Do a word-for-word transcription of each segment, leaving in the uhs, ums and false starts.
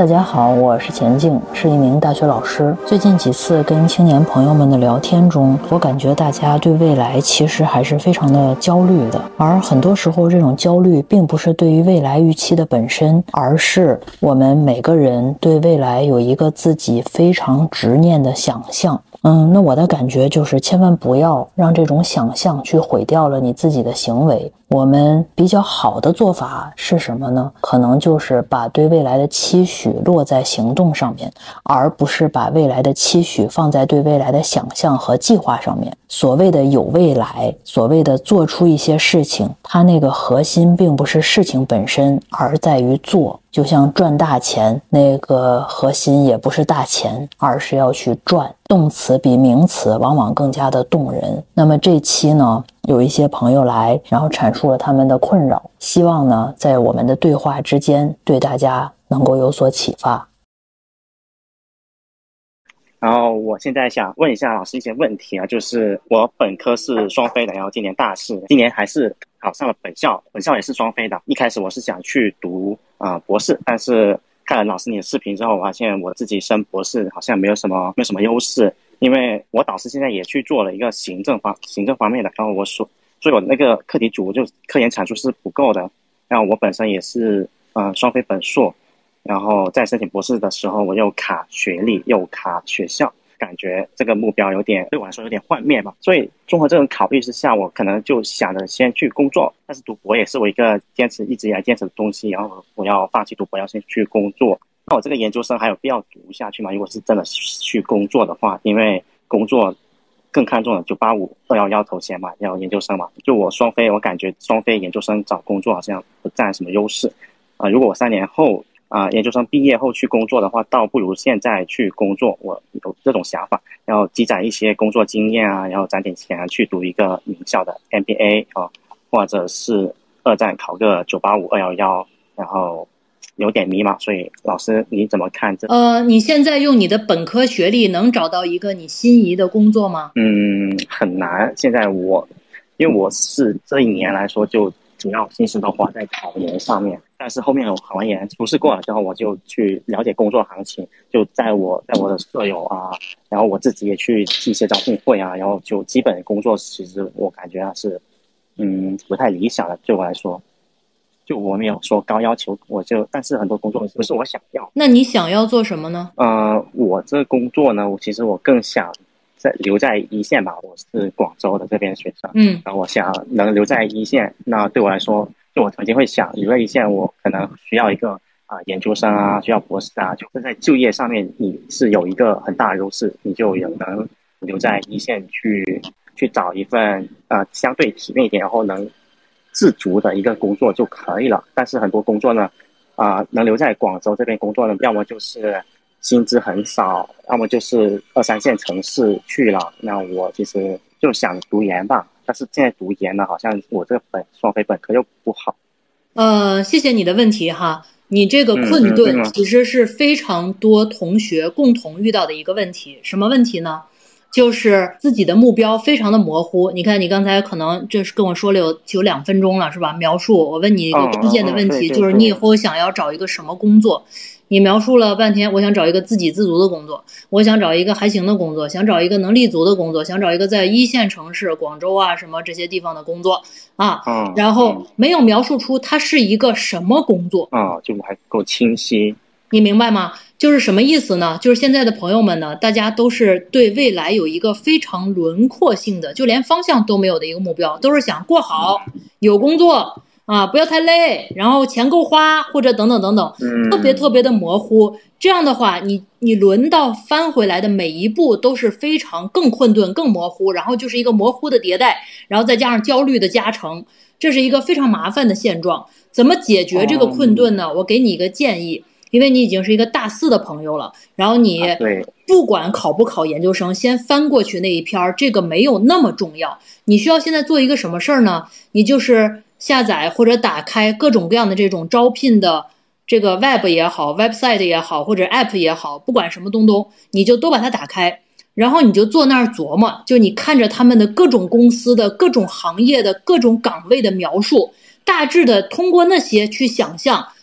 大家好，我是钱静，是一名大学老师。最近几次跟青年朋友们的聊天中，我感觉大家对未来其实还是非常的焦虑的，而很多时候这种焦虑并不是对于未来预期的本身，而是我们每个人对未来有一个自己非常执念的想象。嗯，那我的感觉就是千万不要让这种想象去毁掉了你自己的行为。我们比较好的做法是什么呢？可能就是把对未来的期许落在行动上面，而不是把未来的期许放在对未来的想象和计划上面。所谓的有未来，所谓的做出一些事情，它那个核心并不是事情本身，而在于做。就像赚大钱，那个核心也不是大钱，而是要去赚。动词比名词往往更加的动人。那么这期呢，有一些朋友来，然后阐述了他们的困扰，希望呢，在我们的对话之间，对大家能够有所启发。 然后我现在想问一下老师一些问题啊，就是我本科是双非的，然后今年大四，今年还是考上了本校，本校也是双非的。一开始我是想去读啊、呃、博士，但是看了老师你的视频之后，我发现我自己升博士好像没有什么没有什么优势，因为我导师现在也去做了一个行政方行政方面的，然后我说，所以我那个课题组就科研产出是不够的。然后我本身也是呃双非本硕。然后在申请博士的时候，我又卡学历又卡学校，感觉这个目标有点对我来说有点幻灭吧。所以综合这种考虑之下，我可能就想着先去工作，但是读博也是我一个坚持一直以来坚持的东西，然后我要放弃读博，要先去工作。那我这个研究生还有必要读下去吗？如果是真的去工作的话，因为工作更看重了九八五二一一头衔嘛，要研究生嘛。就我双非，我感觉双非研究生找工作好像不占什么优势啊、呃。如果我三年后啊、呃，研究生毕业后去工作的话，倒不如现在去工作。我有这种想法，然后积攒一些工作经验啊，然后攒点钱、啊、去读一个名校的 M B A 啊，或者是二战考个九八五二一一，然后有点迷茫。所以老师你怎么看这？ 呃，你现在用你的本科学历能找到一个你心仪的工作吗？ 嗯，很难。现在我因为我是这一年来说就主要心思都花在考研上面，但是后面我考完研初试过了之后，我就去了解工作行情，就在我在我的舍友啊，然后我自己也去记一些招聘会啊，然后就基本工作其实我感觉还是嗯不太理想的，对我来说，就我没有说高要求，我就但是很多工作不是我想要。 那你想要做什么呢？ 呃，我这工作呢，我其实我更想在留在一线吧，我是广州的这边学生， 嗯， 然后我想能留在一线，那对我来说，就我曾经会想留在一线，我可能需要一个啊、呃、研究生啊，需要博士啊，就在就业上面你是有一个很大的优势，你就有能留在一线去去找一份呃相对体面一点，然后能自足的一个工作就可以了。但是很多工作呢，啊、呃、能留在广州这边工作呢，要么就是薪资很少，要么就是二三线城市去了。那我其实就想读研吧，但是现在读研呢，好像我这个本双非本科又不好。 呃，谢谢你的问题哈。你这个困顿其实是非常多同学共同遇到的一个问题。什么问题呢？就是自己的目标非常的模糊。你看你刚才可能这是跟我说了有有两分钟了是吧？描述我问你一个关键的问题，就是你以后想要找一个什么工作？你描述了半天，我想找一个自给自足的工作，我想找一个还行的工作，想找一个能力足的工作，想找一个在一线城市广州啊什么这些地方的工作啊， 嗯， 然后没有描述出它是一个什么工作啊、嗯，就还够清晰。 你明白吗？就是什么意思呢？就是现在的朋友们呢，大家都是对未来有一个非常轮廓性的，就连方向都没有的一个目标，都是想过好，有工作啊，不要太累，然后钱够花，或者等等等等，特别特别的模糊。这样的话，你你轮到翻回来的每一步都是非常更困顿、更模糊，然后就是一个模糊的迭代，然后再加上焦虑的加成，这是一个非常麻烦的现状。怎么解决这个困顿呢？我给你一个建议。因为你已经是一个大四的朋友了，然后你不管考不考研究生，先翻过去那一篇，这个没有那么重要。你需要现在做一个什么事儿呢？你就是下载或者打开各种各样的这种招聘的这个 web 也好 website 也好或者 app 也好，不管什么东东，你就都把它打开，然后你就坐那儿琢磨，就你看着他们的各种公司的各种行业的各种岗位的描述，大致的通过那些去想象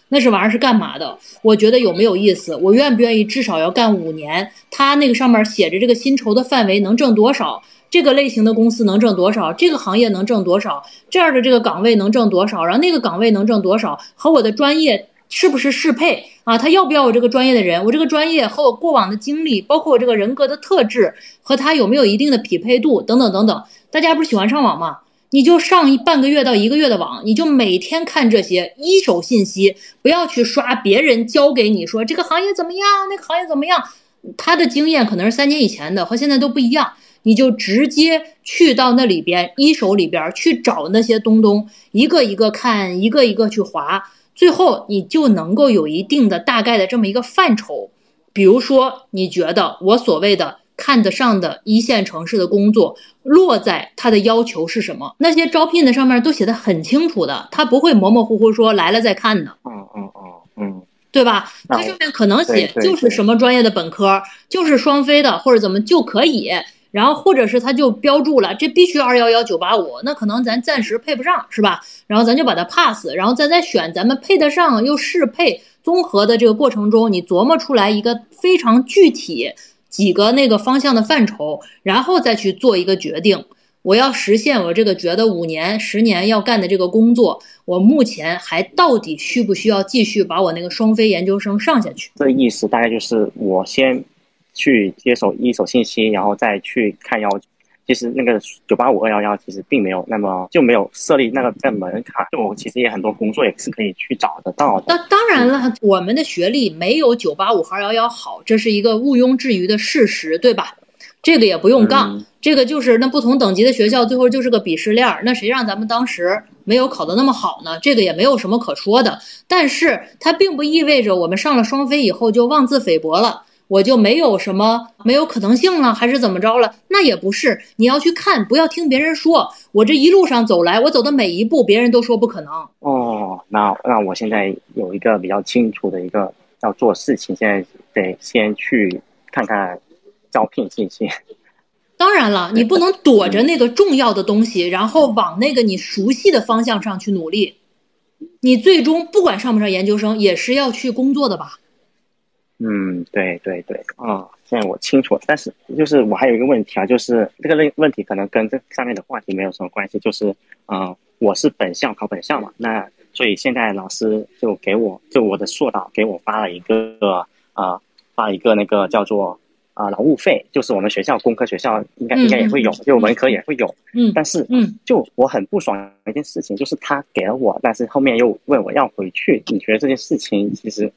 那是玩意儿是干嘛的？我觉得有没有意思？我愿不愿意至少要干五年？他那个上面写着这个薪酬的范围能挣多少？这个类型的公司能挣多少？这个行业能挣多少？这样的这个岗位能挣多少？然后那个岗位能挣多少？和我的专业是不是适配啊？他要不要我这个专业的人？我这个专业和我过往的经历，包括我这个人格的特质，和他有没有一定的匹配度，等等等等。大家不是喜欢上网吗？你就上一半个月到一个月的网，你就每天看这些一手信息，不要去刷别人教给你说这个行业怎么样，那个行业怎么样，他的经验可能是三年以前的，和现在都不一样。你就直接去到那里边一手里边去找那些东东，一个一个看，一个一个去划，最后你就能够有一定的大概的这么一个范畴。比如说你觉得我所谓的看得上的一线城市的工作落在它的要求是什么，那些招聘的上面都写得很清楚的，他不会模模糊糊说来了再看的。 嗯嗯嗯嗯， 对吧？它上面可能写就是什么专业的本科，就是双非的或者怎么就可以，然后或者是他就标注了这必须二一一九八五，那可能咱暂时配不上，是吧？然后咱就把它 pass， 然后咱再选咱们配得上又适配综合的这个过程中，你琢磨出来一个非常具体几个那个方向的范畴，然后再去做一个决定。我要实现我这个觉得五年十年要干的这个工作，我目前还到底需不需要继续把我那个双非研究生上下去？ 这个意思大概就是我先去接手一手信息，然后再去看要求。其实那个九八五二一一其实并没有那么就没有设立那个在门槛，就我其实也很多工作也是可以去找得到的。 那当然了，我们的学历没有九八五和二一一好，这是一个毋庸置疑的事实，对吧？这个也不用杠、嗯、这个就是那不同等级的学校最后就是个鄙视链，那谁让咱们当时没有考得那么好呢？这个也没有什么可说的。但是它并不意味着我们上了双非以后就妄自菲薄了，我就没有什么没有可能性了，还是怎么着了？那也不是，你要去看，不要听别人说。我这一路上走来，我走的每一步别人都说不可能。 哦，那那我现在有一个比较清楚的一个要做事情，现在得先去看看招聘信息。 当然了，你不能躲着那个重要的东西，然后往那个你熟悉的方向上去努力。你最终不管上不上研究生，也是要去工作的吧？ 嗯，对对对，啊、哦，现在我清楚了。但是就是我还有一个问题啊，就是这个问题可能跟这上面的话题没有什么关系，就是啊、呃，我是本校考本校嘛，那所以现在老师就给我就我的硕导给我发了一个啊、呃、发了一个那个叫做。啊、呃，劳务费就是我们学校工科学校应该、嗯、应该也会有，就文科也会有。 嗯， 但是嗯， 就我很不爽的一件事情，就是他给了我，但是后面又问我要回去。你觉得这件事情其实，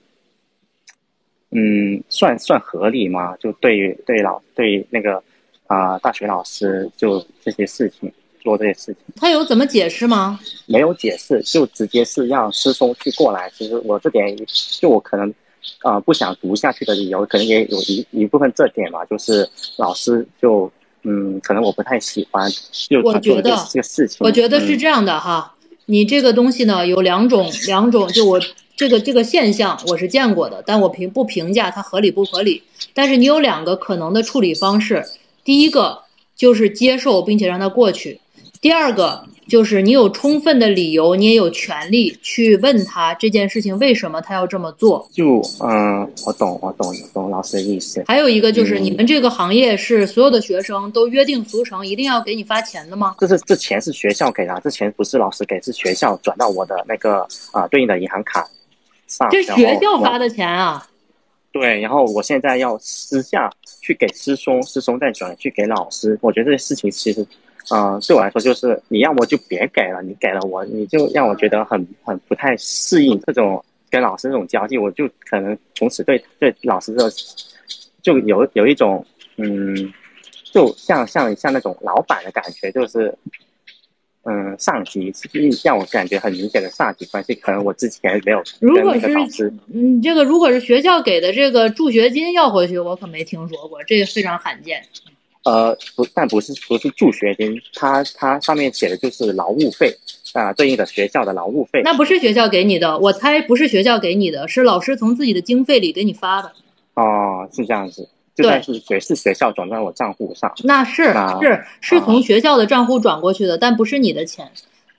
嗯，算算合理吗？就对于对老对那个啊、呃、大学老师就这些事情做这些事情， 他有怎么解释吗？ 没有解释，就直接是让师兄去过来。其实我这点就我可能。呃，不想读下去的理由，可能也有一一部分这点吧，就是老师就嗯，可能我不太喜欢，就我觉得这个事情， 我觉得是这样的哈，嗯、你这个东西呢有两种两种，就我这个这个现象我是见过的，但我评不评价它合理不合理，但是你有两个可能的处理方式，第一个就是接受并且让它过去，第二个。就是你有充分的理由，你也有权利去问他这件事情为什么他要这么做。 就嗯，我懂，我懂，我懂老师的意思。 还有一个就是，你们这个行业是所有的学生都约定俗成，一定要给你发钱的吗？ 这是这钱是学校给的，这钱不是老师给，是学校转到我的那个啊、呃、对应的银行卡上。 这学校发的钱啊？ 对，然后我现在要私下去给师兄，师兄再转去给老师。我觉得这些事情其实。嗯、呃，对我来说就是你要么就别给了，你给了我，你就让我觉得很很不太适应这种跟老师这种交际，我就可能从此对对老师的就有有一种嗯，就像像像那种老板的感觉，就是嗯上级让我感觉很明显的上级关系，可能我之前没有跟那个老师。 嗯，这个如果是学校给的这个助学金要回去，我可没听说过，这个非常罕见。 呃，不，但不是不是助学金，它它上面写的就是劳务费啊、呃，对应的学校的劳务费。 那不是学校给你的，我猜不是学校给你的，是老师从自己的经费里给你发的。 哦，是这样子，就算是学是学校转到我账户上。 那是那是是从学校的账户转过去的，但不是你的钱。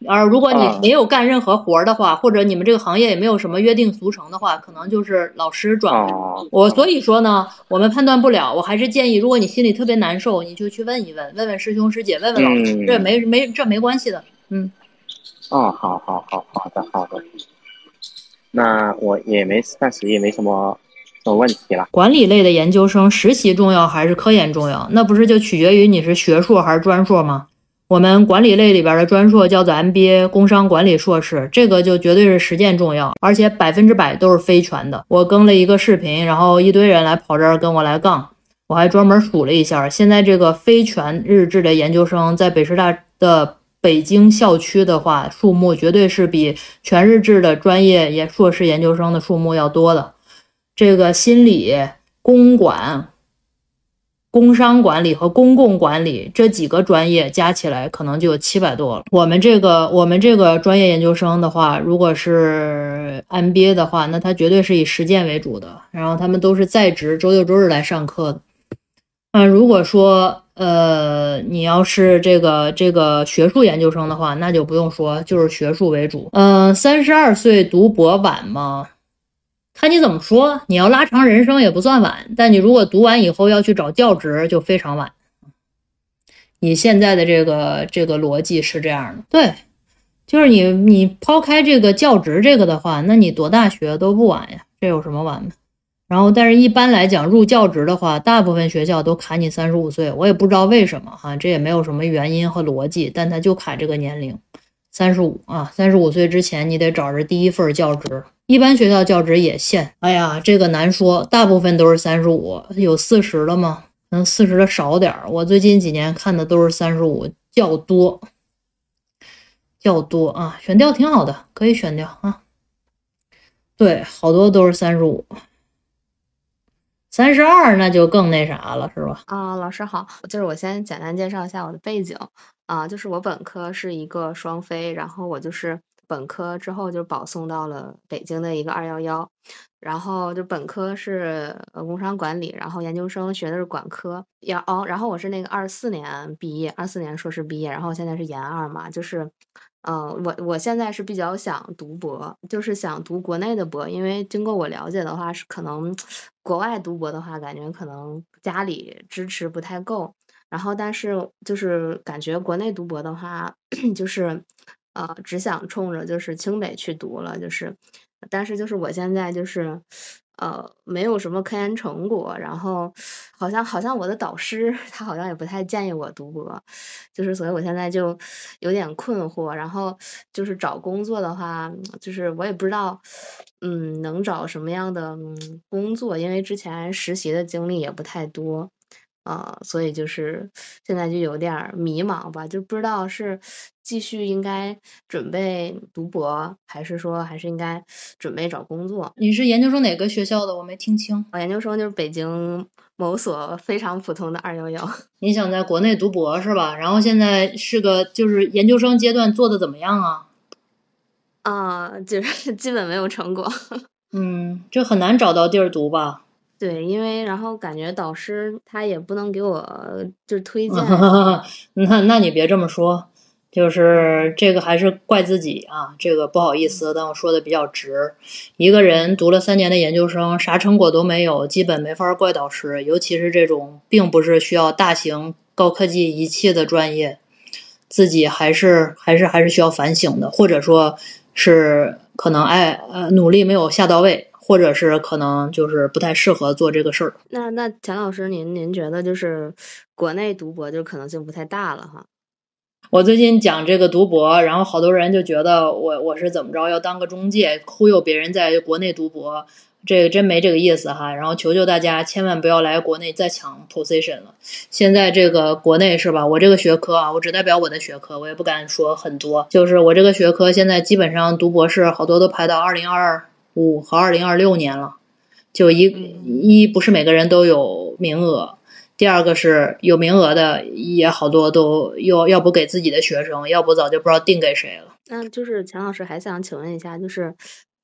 而如果你啊没有干任何活儿的话，或者你们这个行业也没有什么约定俗成的话，可能就是老师转为哦， 我。所以说呢，我们判断不了，我还是建议，如果你心里特别难受，你就去问一问，问问师兄师姐，问问老师， 嗯， 这没没这没关系的。嗯， 哦，好好好好的好的，那我也没暂时也没什么什么问题了。 管理类的研究生实习重要还是科研重要？那不是就取决于你是学硕还是专硕吗？我们管理类里边的专硕叫做 M B A 工商管理硕士，这个就绝对是实践重要，而且百分之百都是非全的。我更了一个视频，然后一堆人来跑这儿跟我来杠，我还专门数了一下，现在这个非全日制的研究生在北师大的北京校区的话，数目绝对是比全日制的专业研硕士研究生的数目要多的。这个心理、公管、工商管理和公共管理这几个专业加起来可能就有七百多了。我们这个我们这个专业研究生的话，如果是 M B A 的话，那它绝对是以实践为主的，然后他们都是在职周六周日来上课的。嗯，如果说呃你要是这个这个学术研究生的话，那就不用说，就是学术为主。嗯，三十二岁读博晚吗？看你怎么说，你要拉长人生也不算晚，但你如果读完以后要去找教职就非常晚。你现在的这个这个逻辑是这样的，对，就是你你抛开这个教职这个的话，那你读大学都不晚呀，这有什么晚的？然后，但是一般来讲，入教职的话，大部分学校都卡你三十五岁，我也不知道为什么哈，这也没有什么原因和逻辑，但他就卡这个年龄，三十五啊，三十五岁之前你得找着第一份教职。一般学校教职也限，哎呀，这个难说，大部分都是三十五，有四十的吗？可能四十的少点儿。我最近几年看的都是三十五较多，较多啊，选调挺好的，可以选调啊。对，好多都是三十五。三十二那就更那啥了，是吧？ 啊，老师好，就是我先简单介绍一下我的背景啊，就是我本科是一个双非，然后我就是本科之后就保送到了北京的一个二幺幺，然后就本科是呃工商管理，然后研究生学的是管科，呀哦，然后我是那个二四年毕业，二四年硕士毕业，然后现在是研二嘛，就是。嗯，我我现在是比较想读博，就是想读国内的博，因为经过我了解的话，是可能国外读博的话，感觉可能家里支持不太够，然后但是就是感觉国内读博的话，就是呃只想冲着就是清北去读了，就是，但是就是我现在就是。呃，没有什么科研成果，然后好像好像我的导师他好像也不太建议我读博，就是所以我现在就有点困惑，然后就是找工作的话，就是我也不知道，嗯，能找什么样的嗯工作，因为之前实习的经历也不太多。啊、所以就是现在就有点儿迷茫吧，就不知道是继续应该准备读博，还是说还是应该准备找工作。 你是研究生哪个学校的？我没听清。 我研究生就是北京某所非常普通的二幺幺。 你想在国内读博是吧？然后现在是个就是研究生阶段做的怎么样啊？ 啊、就是基本没有成果。 嗯，这很难找到地儿读吧？ 对，因为然后感觉导师他也不能给我就是推荐。 那那你别这么说，就是这个还是怪自己啊，这个不好意思，但我说的比较直。一个人读了三年的研究生，啥成果都没有，基本没法怪导师，尤其是这种并不是需要大型高科技仪器的专业，自己还是还是还是需要反省的，或者说是可能哎呃努力没有下到位。或者是可能就是不太适合做这个事儿。 那那钱老师，您您觉得就是国内读博就可能性不太大了哈？ 我最近讲这个读博，然后好多人就觉得我我是怎么着要当个中介，忽悠别人在国内读博，这个真没这个意思哈。然后求求大家千万不要来国内再抢 position 了。现在这个国内是吧？我这个学科啊，我只代表我的学科，我也不敢说很多。就是我这个学科现在基本上读博士好多都排到二零二五和二零二六年了，就一一不是每个人都有名额，第二个是有名额的也好多都要要不给自己的学生，要不早就不知道定给谁了。 那就是钱老师还想请问一下，就是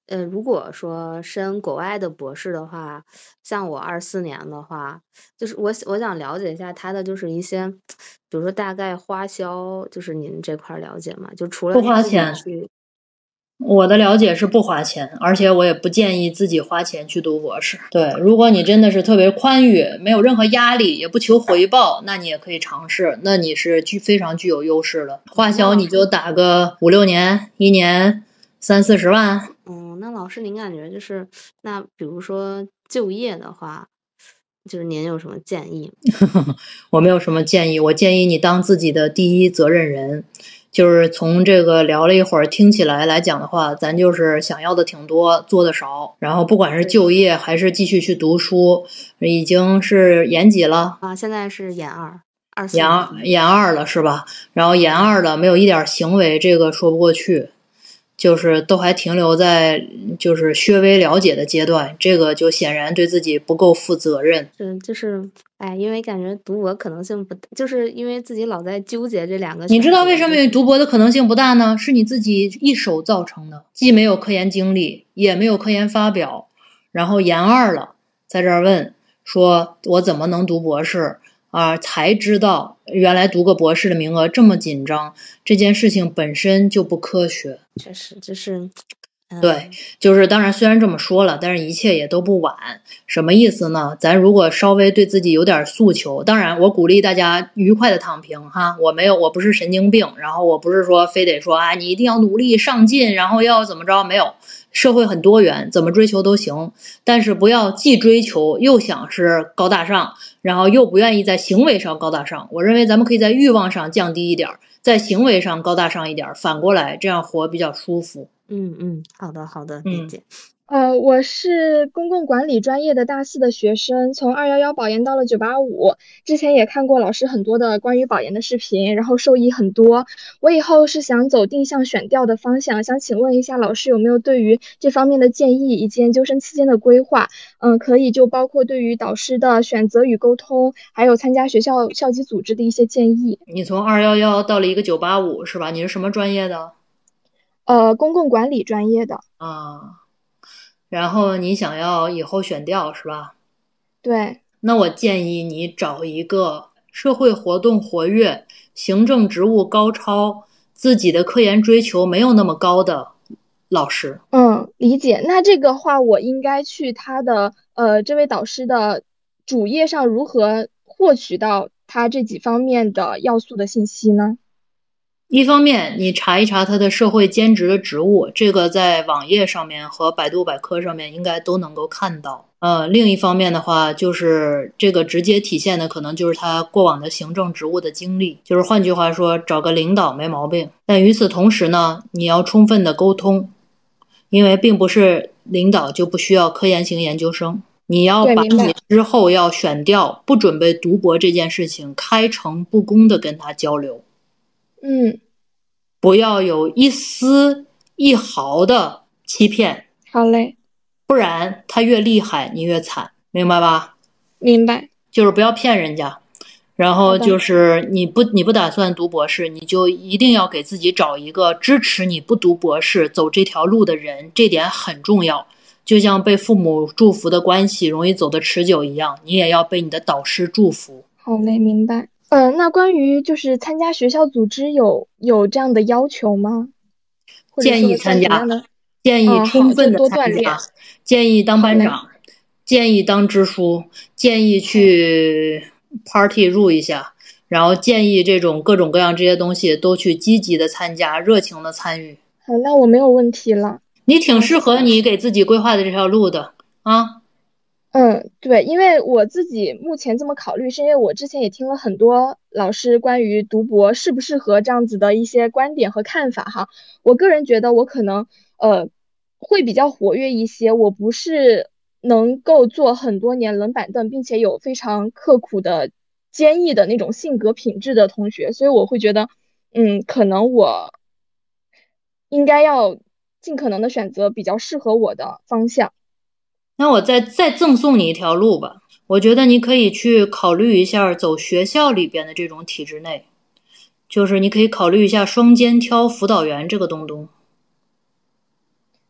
呃，如果说申国外的博士的话，像我二四年的话，就是我我想了解一下他的就是一些，比如说大概花销，就是您这块了解吗？就除了不花自己钱。 去， 我的了解是不花钱，而且我也不建议自己花钱去读博士。对，如果你真的是特别宽裕，没有任何压力，也不求回报，那你也可以尝试，那你是具非常具有优势的。花销你就打个五六年，一年三四十万。 嗯，那老师您感觉就是那比如说就业的话，就是您有什么建议？ 我没有什么建议，我建议你当自己的第一责任人。就是从这个聊了一会儿，听起来来讲的话，咱就是想要的挺多，做的少。然后不管是就业还是继续去读书，已经是研几了啊？现在是研二，二四研二研二了是吧？然后研二了，没有一点行为，这个说不过去。就是都还停留在就是略微了解的阶段，这个就显然对自己不够负责任。 是就是哎，因为感觉读博可能性不大，就是因为自己老在纠结这两个。 你知道为什么读博的可能性不大呢？是你自己一手造成的，既没有科研经历，也没有科研发表，然后研二了，在这儿问说我怎么能读博士啊？才知道原来读个博士的名额这么紧张，这件事情本身就不科学。 确实，就是。嗯、 对，就是当然虽然这么说了，但是一切也都不晚。什么意思呢？咱如果稍微对自己有点诉求，当然我鼓励大家愉快的躺平哈，我没有，我不是神经病，然后我不是说非得说啊，你一定要努力上进，然后要怎么着，没有。社会很多元，怎么追求都行，但是不要既追求又想是高大上，然后又不愿意在行为上高大上。我认为咱们可以在欲望上降低一点，在行为上高大上一点，反过来这样活比较舒服。 嗯嗯，好的好的，理解。 呃，我是公共管理专业的大四的学生，从二幺幺保研到了九八五，之前也看过老师很多的关于保研的视频，然后受益很多。我以后是想走定向选调的方向，想请问一下老师有没有对于这方面的建议以及研究生期间的规划？嗯，可以就包括对于导师的选择与沟通，还有参加学校校级组织的一些建议。 你从二幺幺到了一个九八五是吧？你是什么专业的？ 呃，公共管理专业的。 啊，然后你想要以后选调是吧？ 对。 那我建议你找一个社会活动活跃、行政职务高超、自己的科研追求没有那么高的老师。 嗯，理解。那这个话，我应该去他的呃这位导师的主页上如何获取到他这几方面的要素的信息呢？ 一方面，你查一查他的社会兼职的职务，这个在网页上面和百度百科上面应该都能够看到。呃，另一方面的话，就是这个直接体现的可能就是他过往的行政职务的经历，就是换句话说，找个领导没毛病。但与此同时呢，你要充分的沟通，因为并不是领导就不需要科研型研究生。你要把你之后要选调不准备读博这件事情开诚布公的跟他交流。 嗯， 不要有一丝一毫的欺骗。 好嘞。 不然他越厉害你越惨，明白吧？ 明白。 就是不要骗人家。然后就是你不你不打算读博士，你就一定要给自己找一个支持你不读博士走这条路的人，这点很重要。就像被父母祝福的关系容易走得持久一样，你也要被你的导师祝福。 好嘞，明白。嗯、呃，那关于就是参加学校组织有有这样的要求吗？ 建议参加，建议充分的参加， 哦、 建议当班长，建议当支书，建议去 party 入一下，然后建议这种各种各样这些东西都去积极的参加，热情的参与。 好，那我没有问题了。 你挺适合你给自己规划的这条路的啊。 嗯，对，因为我自己目前这么考虑，是因为我之前也听了很多老师关于读博适不适合这样子的一些观点和看法哈。我个人觉得我可能呃会比较活跃一些，我不是能够坐很多年冷板凳，并且有非常刻苦的坚毅的那种性格品质的同学，所以我会觉得，嗯，可能我应该要尽可能的选择比较适合我的方向。 那我再再赠送你一条路吧，我觉得你可以去考虑一下走学校里边的这种体制内，就是你可以考虑一下双肩挑辅导员这个东东。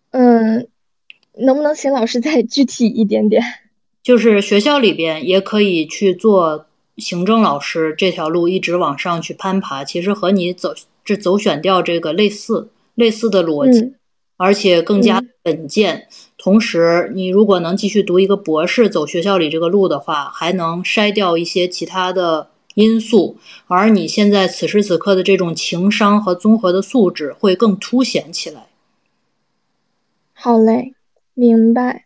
嗯，能不能请老师再具体一点点？ 就是学校里边也可以去做行政老师这条路，一直往上去攀爬，其实和你走这走选调这个类似类似的逻辑， 嗯而且更加嗯稳健。同时，你如果能继续读一个博士，走学校里这个路的话，还能筛掉一些其他的因素，而你现在此时此刻的这种情商和综合的素质会更凸显起来。 好嘞，明白。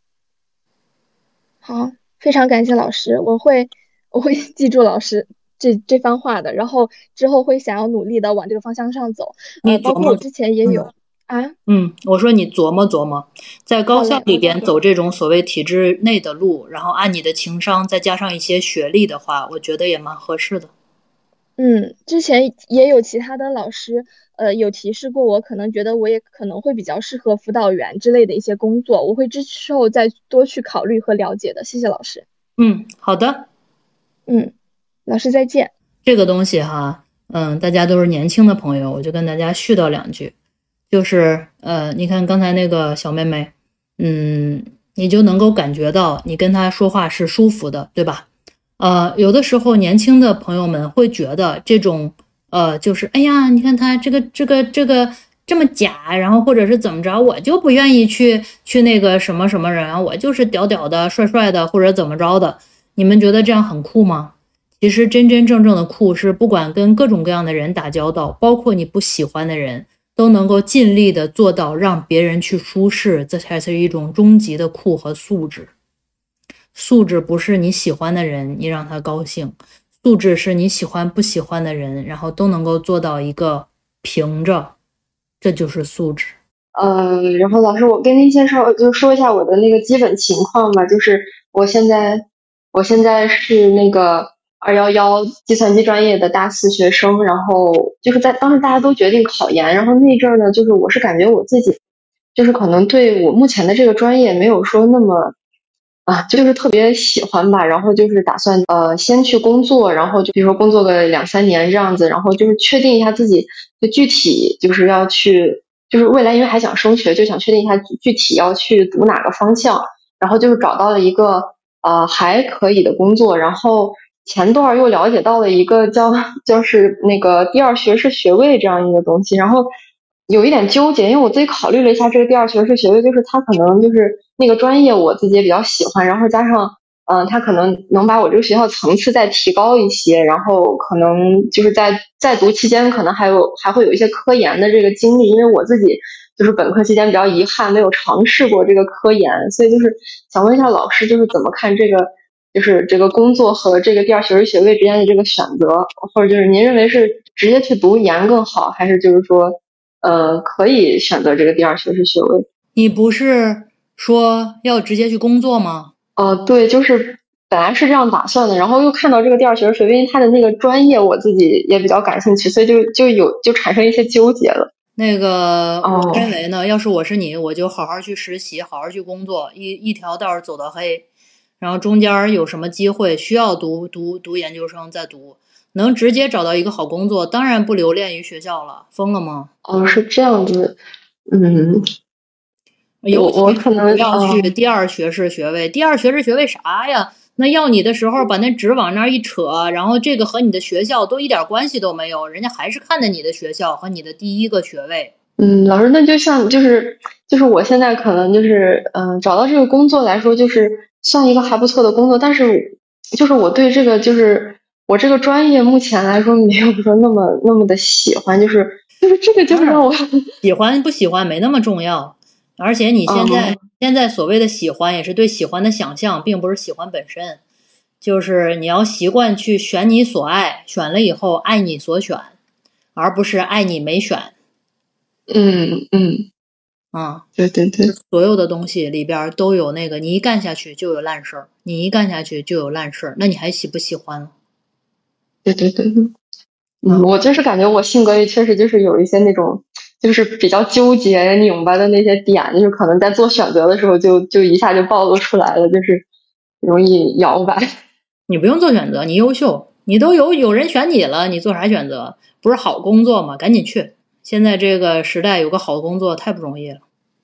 好，非常感谢老师，我会我会记住老师这这番话的，然后之后会想要努力的往这个方向上走。呃，包你琢磨， 括我之前也嗯有啊， 嗯，我说你琢磨琢磨，在高好嘞， 校里我边走这种所谓体制内的路，然后按你的情商再加上一些学历的话，我觉得也蛮合适的。 嗯，之前也有其他的老师，呃，有提示过我，可能觉得我也可能会比较适合辅导员之类的一些工作，我会之后再多去考虑和了解的。谢谢老师。 嗯，好的， 嗯，老师再见。 这个东西哈，嗯，大家都是年轻的朋友，我就跟大家絮叨两句，就是呃，你看刚才那个小妹妹，嗯，你就能够感觉到你跟她说话是舒服的，对吧？呃，有的时候年轻的朋友们会觉得这种呃，就是哎呀，你看他这个这个这个这么假，然后或者是怎么着，我就不愿意去去那个什么什么人啊，我就是屌屌的、帅帅的，或者怎么着的。你们觉得这样很酷吗？其实真真正正的酷是，不管跟各种各样的人打交道，包括你不喜欢的人，都能够尽力的做到让别人去舒适，这才是一种终极的酷和素质。素质不是你喜欢的人，你让他高兴；素质是你喜欢不喜欢的人，然后都能够做到一个平着，这就是素质。 嗯，然后老师，我跟您先说，就说一下我的那个基本情况吧。就是我现在，我现在是那个二幺幺计算机专业的大四学生。然后就是在当时大家都决定考研，然后那阵儿呢，就是我是感觉我自己，就是可能对我目前的这个专业没有说那么啊，就是特别喜欢吧。然后就是打算呃先去工作，然后就比如说工作个两三年这样子，然后就是确定一下自己就具体就是要去。就是未来因为还想升学，就想确定一下具体要去读哪个方向，然后就是找到了一个呃还可以的工作。然后前段又了解到了一个叫就是那个第二学士学位这样一个东西，然后有一点纠结，因为我自己考虑了一下这个第二学士学位，就是它可能就是那个专业我自己也比较喜欢，然后加上嗯、呃，它可能能把我这个学校层次再提高一些，然后可能就是在在读期间可能还有还会有一些科研的这个经历，因为我自己就是本科期间比较遗憾没有尝试过这个科研，所以就是想问一下老师，就是怎么看这个就是这个工作和这个第二学士学位之间的这个选择，或者就是您认为是直接去读研更好，还是就是说呃可以选择这个第二学士学位？ 你不是说要直接去工作吗？ 呃，对，就是本来是这样打算的，然后又看到这个第二学士学位，因为他的那个专业我自己也比较感兴趣，所以就就有就产生一些纠结了。 那个， 哦我认为呢，要是我是你，我就好好去实习，好好去工作，一一条道走到黑，然后中间有什么机会需要读读读研究生再读，能直接找到一个好工作，当然不留恋于学校了，疯了吗？ 哦，是这样子，嗯。 尤其我可能不要去嗯第二学士学位，第二学士学位啥呀？那要你的时候把那纸往那儿一扯，然后这个和你的学校都一点关系都没有，人家还是看的你的学校和你的第一个学位。 嗯，老师，那就像就是就是我现在可能就是嗯、呃找到这个工作来说，就是算一个还不错的工作，但是就是我对这个就是我这个专业目前来说没有说那么那么的喜欢，就是就是这个就是让我喜欢不喜欢没那么重要，而且你现在、 嗯现在所谓的喜欢也是对喜欢的想象，并不是喜欢本身，就是你要习惯去选你所爱，选了以后爱你所选，而不是爱你没选。 嗯嗯， 啊、 对对对所有的东西里边都有那个，你一干下去就有烂事儿，你一干下去就有烂事儿，那你还喜不喜欢了？ 对对对，嗯，我就是感觉我性格也确实就是有一些那种就是比较纠结拧巴的那些点，就是可能在做选择的时候就就一下就暴露出来了，就是容易摇摆。 你不用做选择，你优秀，你都有有人选你了，你做啥选择？不是好工作吗？赶紧去！现在这个时代有个好工作太不容易了。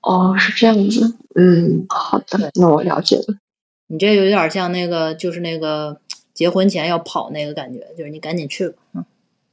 哦，是这样子。嗯，好的，那我了解了。 你这有点像那个，就是那个结婚前要跑那个感觉，就是你赶紧去吧。嗯。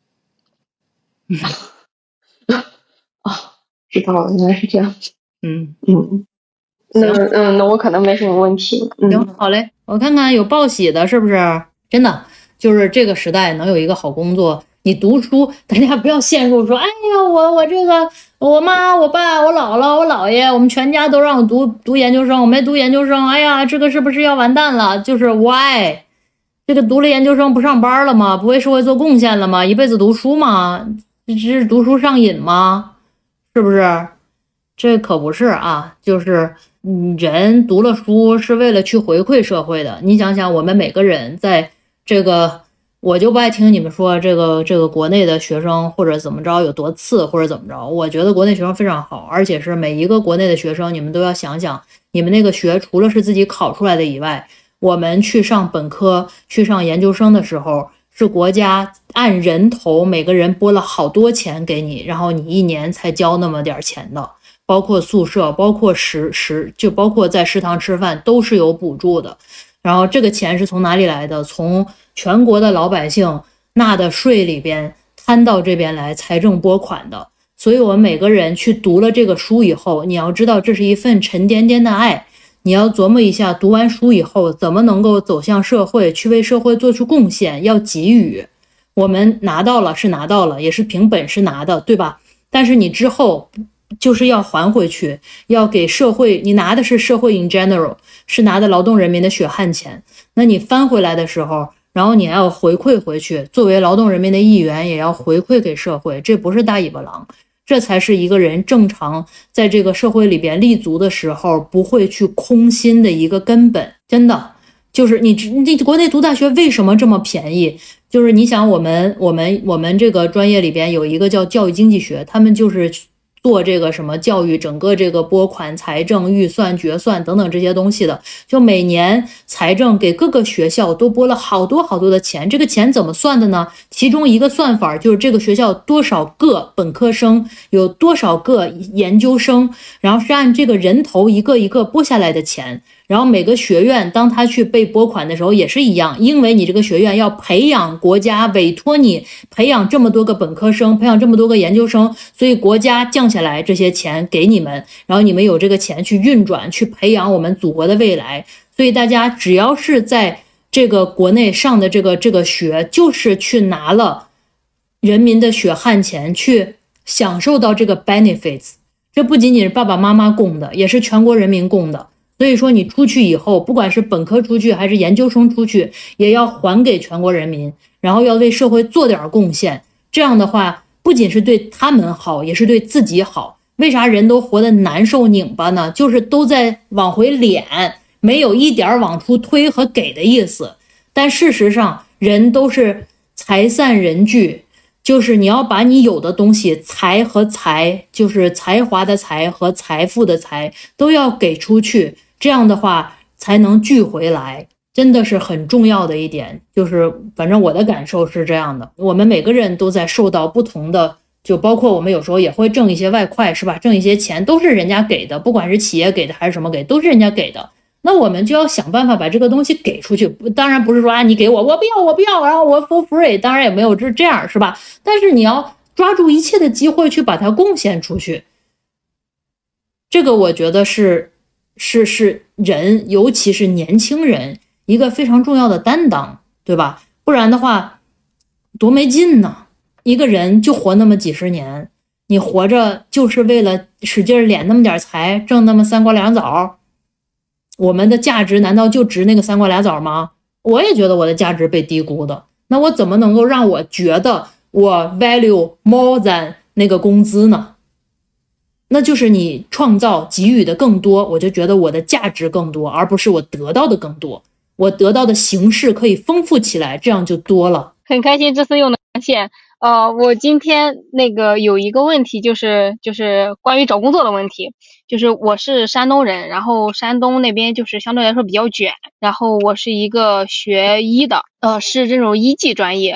啊，知道了，原来是这样子。 嗯嗯，那嗯，那我可能没什么问题。嗯， 行，好嘞，我看看有报喜的，是不是？真的，就是这个时代能有一个好工作，你读书，大家不要陷入说，哎呀，我我这个我妈、我爸、我姥姥、我姥爷，我们全家都让我读读研究生，我没读研究生，哎呀，这个是不是要完蛋了？就是 why？ 这个读了研究生不上班了吗？不为社会做贡献了吗？一辈子读书吗？这是读书上瘾吗？是不是？这可不是啊，就是嗯，人读了书是为了去回馈社会的。你想想，我们每个人在这个，我就不爱听你们说这个这个国内的学生或者怎么着有多次或者怎么着。我觉得国内学生非常好，而且是每一个国内的学生，你们都要想想，你们那个学除了是自己考出来的以外，我们去上本科、去上研究生的时候，是国家按人头每个人拨了好多钱给你，然后你一年才交那么点钱的。包括宿舍，包括食食，就包括在食堂吃饭都是有补助的。然后这个钱是从哪里来的？从全国的老百姓纳的税里边摊到这边来，财政拨款的。所以我们每个人去读了这个书以后，你要知道这是一份沉甸甸的爱。你要琢磨一下，读完书以后怎么能够走向社会，去为社会做出贡献，要给予。我们拿到了是拿到了，也是凭本事拿的，对吧？但是你之后就是要还回去，要给社会，你拿的是社会 in general， 是拿的劳动人民的血汗钱。那你翻回来的时候，然后你还要回馈回去，作为劳动人民的一员，也要回馈给社会。这不是大尾巴狼，这才是一个人正常在这个社会里边立足的时候不会去空心的一个根本。真的，就是你你国内读大学为什么这么便宜？就是你想，我们我们我们这个专业里边有一个叫教育经济学，他们就是做这个什么教育整个这个拨款、财政预算、决算等等这些东西的，就每年财政给各个学校都拨了好多好多的钱。这个钱怎么算的呢？其中一个算法就是这个学校多少个本科生，有多少个研究生，然后是按这个人头一个一个拨下来的钱。然后每个学院当他去被拨款的时候也是一样，因为你这个学院要培养，国家委托你培养这么多个本科生，培养这么多个研究生，所以国家降下来这些钱给你们，然后你们有这个钱去运转，去培养我们祖国的未来。所以大家只要是在这个国内上的这个这个学，就是去拿了人民的血汗钱，去享受到这个 benefits。这不仅仅是爸爸妈妈供的，也是全国人民供的。所以说你出去以后，不管是本科出去还是研究生出去，也要还给全国人民，然后要为社会做点贡献。这样的话不仅是对他们好，也是对自己好。为啥人都活得难受拧巴呢？就是都在往回敛，没有一点往出推和给的意思。但事实上人都是财散人聚，就是你要把你有的东西，财和财，就是才华的财和财富的财，都要给出去，这样的话才能聚回来。真的是很重要的一点，就是反正我的感受是这样的，我们每个人都在受到不同的，就包括我们有时候也会挣一些外快，是吧？挣一些钱都是人家给的，不管是企业给的还是什么给，都是人家给的。那我们就要想办法把这个东西给出去，当然不是说啊你给我我不要我不要，然后我 for free， 当然也没有这这样，是吧？但是你要抓住一切的机会去把它贡献出去，这个我觉得是是是人，尤其是年轻人一个非常重要的担当，对吧？不然的话多没劲呢。一个人就活那么几十年，你活着就是为了使劲敛那么点财，挣那么三瓜两枣。我们的价值难道就值那个三瓜俩枣吗？我也觉得我的价值被低估的，那我怎么能够让我觉得我 value more than 那个工资呢？那就是你创造给予的更多，我就觉得我的价值更多，而不是我得到的更多。我得到的形式可以丰富起来，这样就多了。 很开心这次又能连线。呃，我今天那个有一个问题，就是就是关于找工作的问题。就是我是山东人，然后山东那边就是相对来说比较卷，然后我是一个学医的，呃，是这种医技专业。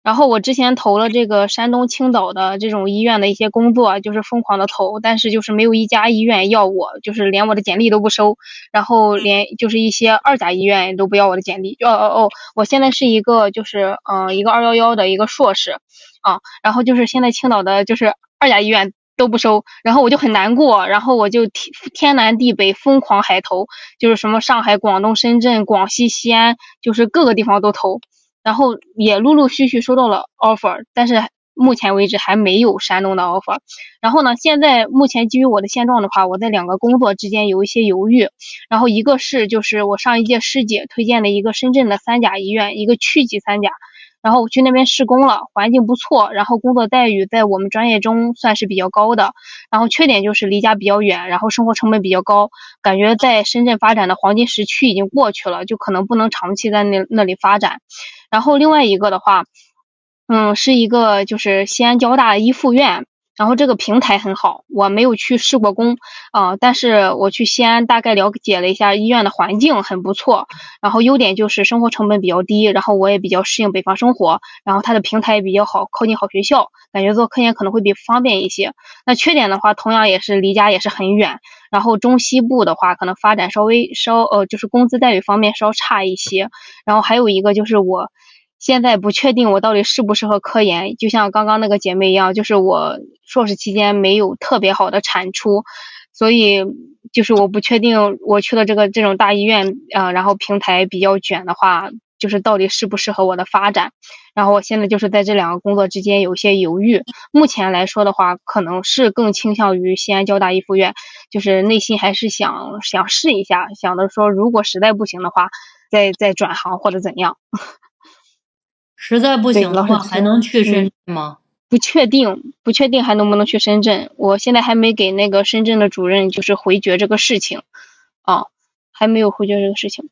然后我之前投了这个山东青岛的这种医院的一些工作，就是疯狂的投，但是就是没有一家医院要我，就是连我的简历都不收，然后连就是一些二甲医院都不要我的简历。哦哦哦，我现在是一个就是嗯、呃、一个二幺幺的一个硕士啊，然后就是现在青岛的就是二甲医院都不收，然后我就很难过，然后我就天天南地北疯狂海投，就是什么上海、广东、深圳、广西、西安，就是各个地方都投。然后也陆陆续续收到了 offer， 但是目前为止还没有山东的 offer。然后呢，现在目前基于我的现状的话，我在两个工作之间有一些犹豫。然后一个是就是我上一届师姐推荐的一个深圳的三甲医院，一个区级三甲。然后我去那边施工了，环境不错，然后工作待遇在我们专业中算是比较高的。然后缺点就是离家比较远，然后生活成本比较高，感觉在深圳发展的黄金时区已经过去了，就可能不能长期在那那里发展。然后另外一个的话，嗯，是一个就是西安交大医附院，然后这个平台很好，我没有去施过工啊、呃，但是我去西安大概了解了一下医院的环境很不错，然后优点就是生活成本比较低，然后我也比较适应北方生活，然后它的平台也比较好，靠近好学校，感觉做科研可能会比方便一些。那缺点的话，同样也是离家也是很远，然后中西部的话，可能发展稍微稍呃就是工资待遇方面稍差一些，然后还有一个就是我。现在不确定我到底适不适合科研，就像刚刚那个姐妹一样，就是我硕士期间没有特别好的产出，所以就是我不确定我去了这个这种大医院啊、呃，然后平台比较卷的话，就是到底适不适合我的发展。然后我现在就是在这两个工作之间有些犹豫。目前来说的话，可能是更倾向于西安交大医附院，就是内心还是想想试一下，想的说如果实在不行的话，再再转行或者怎样。 实在不行的话，还能去深圳吗？ 嗯，不确定，不确定还能不能去深圳。我现在还没给那个深圳的主任就是回绝这个事情，啊，还没有回绝这个事情。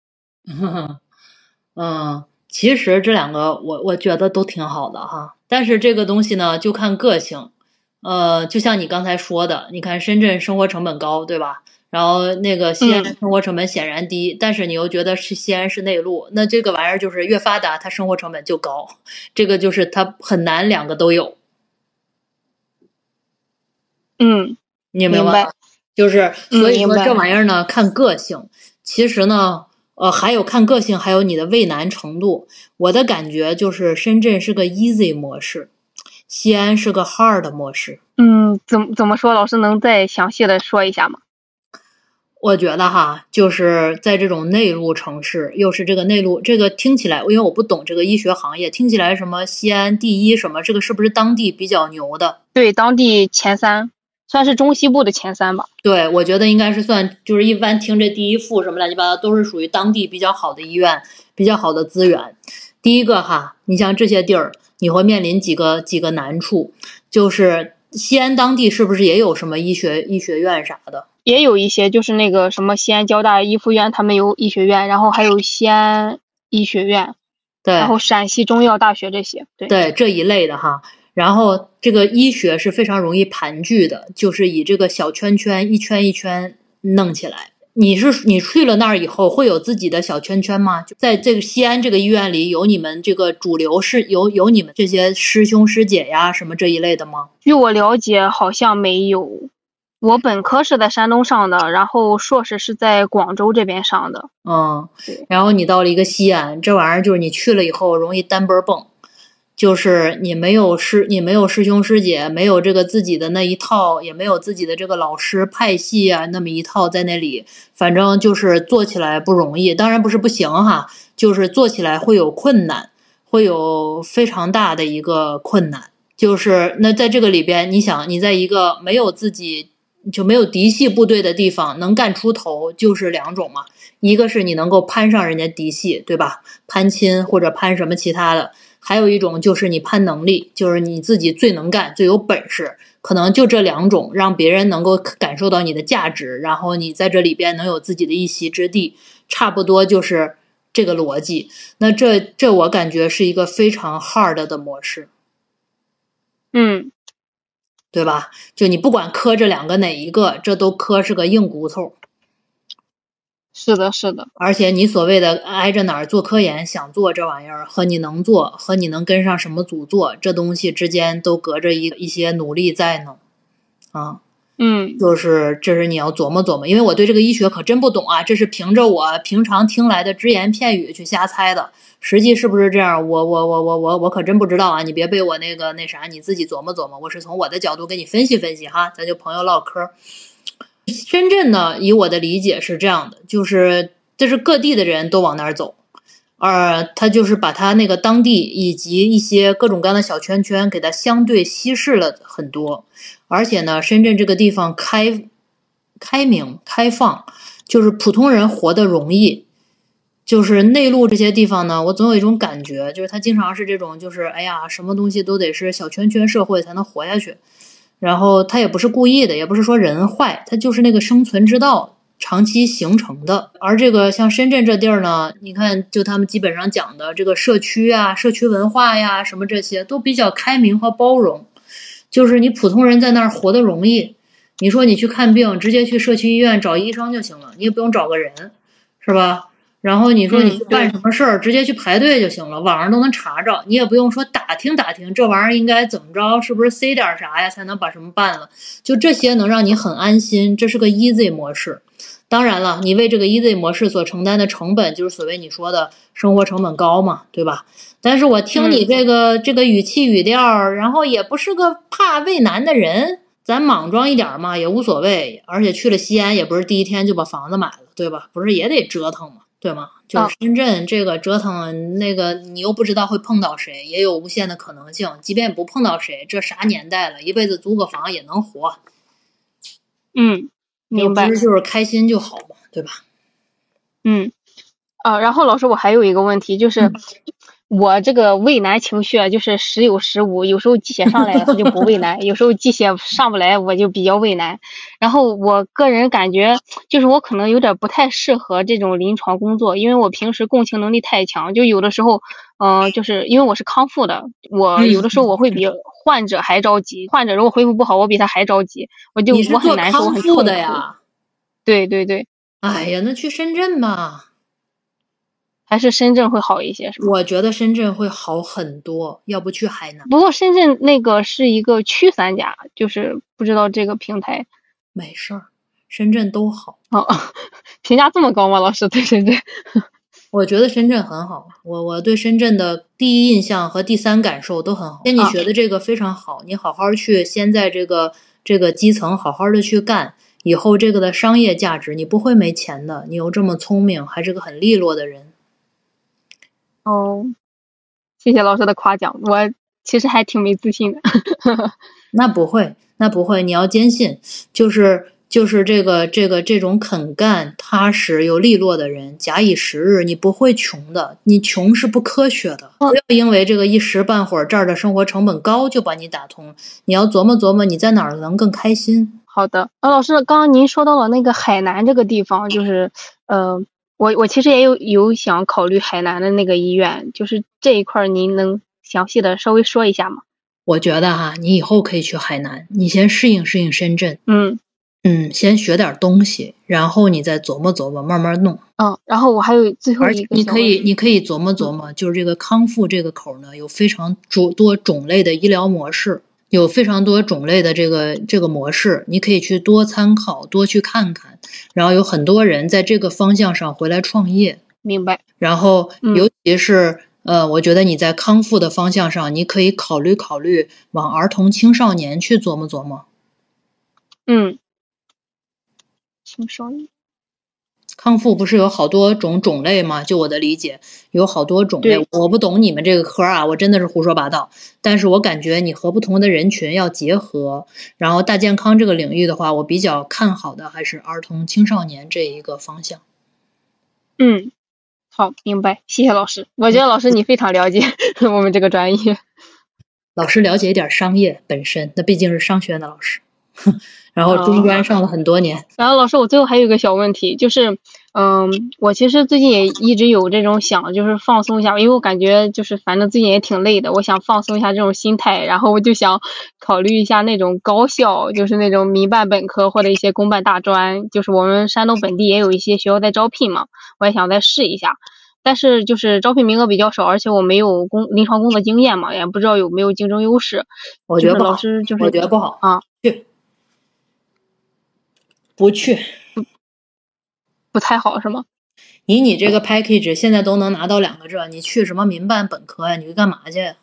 嗯，其实这两个我我觉得都挺好的哈，但是这个东西呢就看个性。呃，就像你刚才说的，你看深圳生活成本高，对吧？然后那个西安生活成本显然低，嗯、但是你又觉得是西安是内陆，那这个玩意儿就是越发达，它生活成本就高，这个就是它很难两个都有。 嗯， 你明白吗？就是所以说这玩意儿呢、嗯、看个性，其实呢，呃，还有看个性，还有你的畏难程度。我的感觉就是深圳是个 easy 模式，西安是个 hard 模式。 嗯，怎么怎么说？老师能再详细的说一下吗？ 我觉得哈，就是在这种内陆城市，又是这个内陆，这个听起来，因为我不懂这个医学行业，听起来什么西安第一什么，这个是不是当地比较牛的？ 对，当地前三，算是中西部的前三吧。 对，我觉得应该是算，就是一般听这第一附什么乱七八糟，都是属于当地比较好的医院，比较好的资源。第一个哈，你像这些地儿，你会面临几个几个难处，就是西安当地是不是也有什么医学医学院啥的？ 也有一些，就是那个什么西安交大医附院，他们有医学院，然后还有西安医学院， 对， 然后陕西中医药大学这些，对对这一类的哈。然后这个医学是非常容易盘踞的，就是以这个小圈圈一圈一圈弄起来。你是你去了那儿以后会有自己的小圈圈吗？在这个西安这个医院里有你们这个主流是有有你们这些师兄师姐呀什么这一类的吗？ 据我了解好像没有。我本科是在山东上的，然后硕士是在广州这边上的。 嗯，然后你到了一个西安，这玩意儿就是你去了以后容易单奔蹦，就是你没有师，你没有师兄师姐，没有这个自己的那一套，也没有自己的这个老师派系啊，那么一套在那里，反正就是做起来不容易。当然不是不行哈，就是做起来会有困难，会有非常大的一个困难。就是那在这个里边，你想你在一个没有自己就没有嫡系部队的地方能干出头，就是两种嘛，一个是你能够攀上人家嫡系，对吧？攀亲或者攀什么其他的，还有一种就是你攀能力，就是你自己最能干最有本事，可能就这两种让别人能够感受到你的价值，然后你在这里边能有自己的一席之地，差不多就是这个逻辑。那这这我感觉是一个非常 hard 的模式， 嗯， 对吧？就你不管磕这两个哪一个，这都磕是个硬骨头。 是的，是的。 而且你所谓的挨着哪儿做科研想做这玩意儿，和你能做，和你能跟上什么组做，这东西之间都隔着一一些努力在呢。啊， 嗯， 就是这是你要琢磨琢磨，因为我对这个医学可真不懂啊，这是凭着我平常听来的只言片语去瞎猜的，实际是不是这样，我我我我我我可真不知道啊！你别被我那个那啥，你自己琢磨琢磨，我是从我的角度给你分析分析哈，咱就朋友唠嗑。深圳呢，以我的理解是这样的，就是这是各地的人都往那儿走，而他就是把他那个当地以及一些各种各样的小圈圈给他相对稀释了很多，而且呢，深圳这个地方开开明开放，就是普通人活得容易。就是内陆这些地方呢，我总有一种感觉，就是他经常是这种，就是哎呀，什么东西都得是小圈圈社会才能活下去。然后他也不是故意的，也不是说人坏，他就是那个生存之道长期形成的。而这个像深圳这地儿呢，你看就他们基本上讲的这个社区啊、社区文化呀什么这些都比较开明和包容，就是你普通人在那儿活得容易。你说你去看病，直接去社区医院找医生就行了，你也不用找个人，是吧？然后你说你去办什么事儿、嗯，直接去排队就行了，网上都能查着，你也不用说打听打听这玩意儿应该怎么着，是不是塞点啥呀才能把什么办了？就这些能让你很安心，这是个 easy 模式。当然了，你为这个 easy 模式所承担的成本，就是所谓你说的生活成本高嘛，对吧？但是我听你这个、嗯、这个语气语调，然后也不是个怕为难的人，咱莽撞一点嘛，也无所谓。而且去了西安，也不是第一天就把房子买了，对吧？不是也得折腾吗？对吗？就是深圳这个折腾，那个你又不知道会碰到谁，也有无限的可能性。即便不碰到谁，这啥年代了，一辈子租个房也能活。 嗯，明白。 不是就是开心就好嘛，对吧？ 嗯，呃，然后老师，我还有一个问题，就是、嗯、我这个畏难情绪啊，就是时有时无，有时候鸡血上来了他就不畏难，有时候鸡血上不来我就比较畏难。然后我个人感觉，就是我可能有点不太适合这种临床工作，因为我平时共情能力太强，就有的时候，嗯、呃，就是因为我是康复的，我有的时候我会比患者还着急，患者如果恢复不好，我比他还着急，我就我很难受，我很痛苦的呀。 对对对。 哎呀，那去深圳吧。 还是深圳会好一些，是吗？ 我觉得深圳会好很多，要不去海南。 不过深圳那个是一个区三甲，就是不知道这个平台。 没事儿，深圳都好。 哦，评价这么高吗？老师对深圳？ 我觉得深圳很好，我我对深圳的第一印象和第三感受都很好。跟你学的这个非常好，啊、你好好去，先在这个这个基层好好的去干，以后这个的商业价值你不会没钱的。你又这么聪明，还是个很利落的人。 哦，谢谢老师的夸奖，我其实还挺没自信的。 那不会，那不会，你要坚信，就是就是这个这个这种肯干、踏实又利落的人，假以时日，你不会穷的。你穷是不科学的，不要因为这个一时半会儿这儿的生活成本高就把你打通。你要琢磨琢磨，你在哪儿能更开心。 好的，啊，老师，刚刚您说到了那个海南这个地方，就是呃。我我其实也有有想考虑海南的那个医院，就是这一块您能详细的稍微说一下吗？ 我觉得哈，你以后可以去海南，你先适应适应深圳， 嗯嗯，先学点东西，然后你再琢磨琢磨，慢慢弄。 嗯，然后我还有最后一个， 你可以你可以琢磨琢磨，嗯、就是这个康复这个口呢，有非常多种类的医疗模式。有非常多种类的这个这个模式，你可以去多参考，多去看看。然后有很多人在这个方向上回来创业， 明白。 然后尤其是、嗯、呃，我觉得你在康复的方向上，你可以考虑考虑往儿童青少年去琢磨琢磨。 嗯，青少年。 康复不是有好多种种类吗？就我的理解，有好多种类。我不懂你们这个科啊，我真的是胡说八道。但是我感觉你和不同的人群要结合，然后大健康这个领域的话，我比较看好的还是儿童青少年这一个方向。 嗯，好，明白，谢谢老师。我觉得老师你非常了解我们这个专业。 老师了解一点商业本身，那毕竟是商学院的老师。 然后中专上了很多年。 然后老师，我最后还有一个小问题，就是，嗯，我其实最近也一直有这种想，就是放松一下，因为我感觉就是反正最近也挺累的，我想放松一下这种心态，然后我就想考虑一下那种高校，就是那种民办本科或者一些公办大专，就是我们山东本地也有一些学校在招聘嘛，我也想再试一下。但是就是招聘名额比较少，而且我没有工临床工作经验嘛，也不知道有没有竞争优势。 我觉得不好， 老师就是我觉得不好啊， 去不去不不太好是吗？ 以你这个 package 现在都能拿到两个证，你去什么民办本科呀？你去干嘛去？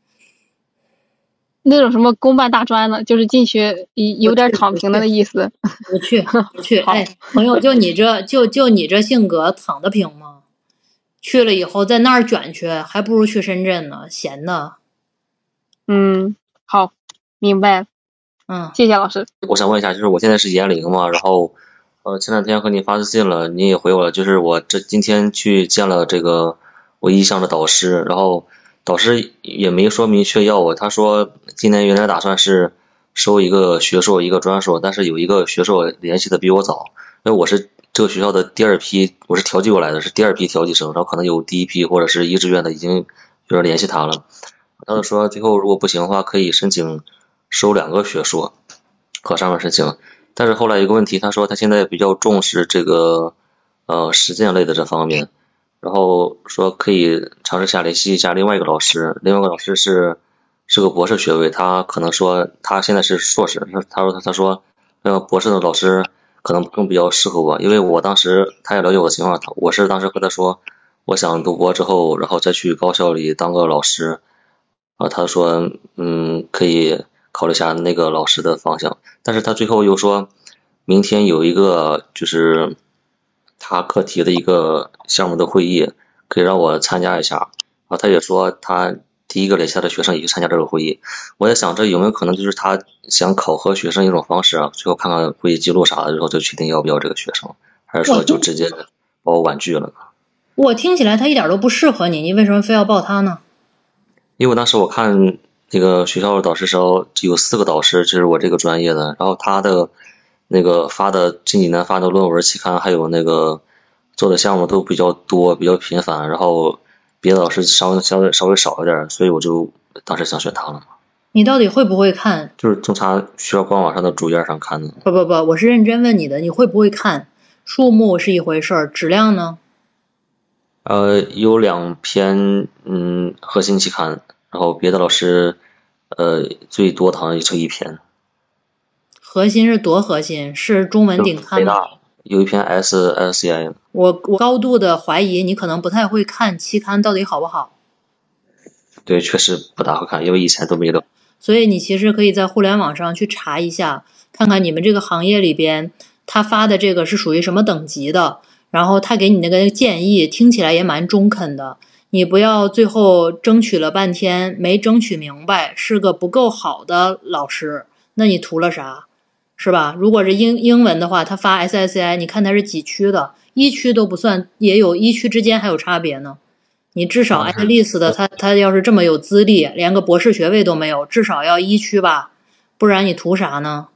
那种什么公办大专呢，就是进去有点躺平的那意思。 不去不去，哎，朋友，就你这就就你这性格，躺得平吗？去了以后在那儿卷去，还不如去深圳呢，闲的。 嗯，好，明白了。 嗯， 谢谢老师。 我想问一下，就是我现在是研零嘛，然后呃前两天和你发私信了，你也回我了，就是我这今天去见了这个我一项的导师，然后导师也没说明确要我，他说今年原来打算是收一个学硕一个专硕，但是有一个学硕联系的比我早，因为我是这个学校的第二批，我是调剂过来的，是第二批调剂生，然后可能有第一批或者是一志愿的已经有人联系他了，他就说最后如果不行的话可以申请收两个学硕，和上面申请。但是后来有个问题，他说他现在比较重视这个呃实践类的这方面，然后说可以尝试下联系一下另外一个老师，另外一个老师是是个博士学位，他可能说他现在是硕士，他说他说那个博士的老师可能更比较适合我，因为我当时他也了解我的情况，我是当时和他说我想读博之后然后再去高校里当个老师啊，他说嗯可以考虑下那个老师的方向，但是他最后又说明天有一个就是他课题的一个项目的会议可以让我参加一下啊，他也说他第一个联系他的学生也去参加这个会议，我在想这有没有可能就是他想考核学生一种方式啊，最后看看会议记录啥的，然后就确定要不要这个学生，还是说就直接把我婉拒了？ 我听起来他一点都不适合你，你为什么非要报他呢？ 因为当时我看那个学校的导师时候有四个导师就是我这个专业的，然后他的那个发的近几年发的论文期刊还有那个做的项目都比较多比较频繁，然后别的老师稍微稍微稍微少一点，所以我就当时想选他了。 你到底会不会看？ 就是从他学校官网上的主页上看的。 不不不，我是认真问你的，你会不会看？数目是一回事儿，质量呢？ 呃，有两篇嗯核心期刊，然后别的老师呃最多的好像就一篇。 核心是多核心？是中文顶刊吗？ 有一篇 S S C I。 我我高度的怀疑你可能不太会看期刊到底好不好。 对，确实不大会看，因为以前都没了。 所以你其实可以在互联网上去查一下，看看你们这个行业里边他发的这个是属于什么等级的，然后他给你那个建议听起来也蛮中肯的，你不要最后争取了半天没争取明白，是个不够好的老师，那你图了啥？是吧？如果是英英文的话，他发 S S I， 你看他是几区的，一区都不算，也有一区之间还有差别呢。你至少爱丽丝的他他要是这么有资历，连个博士学位都没有，至少要一区吧，不然你图啥呢？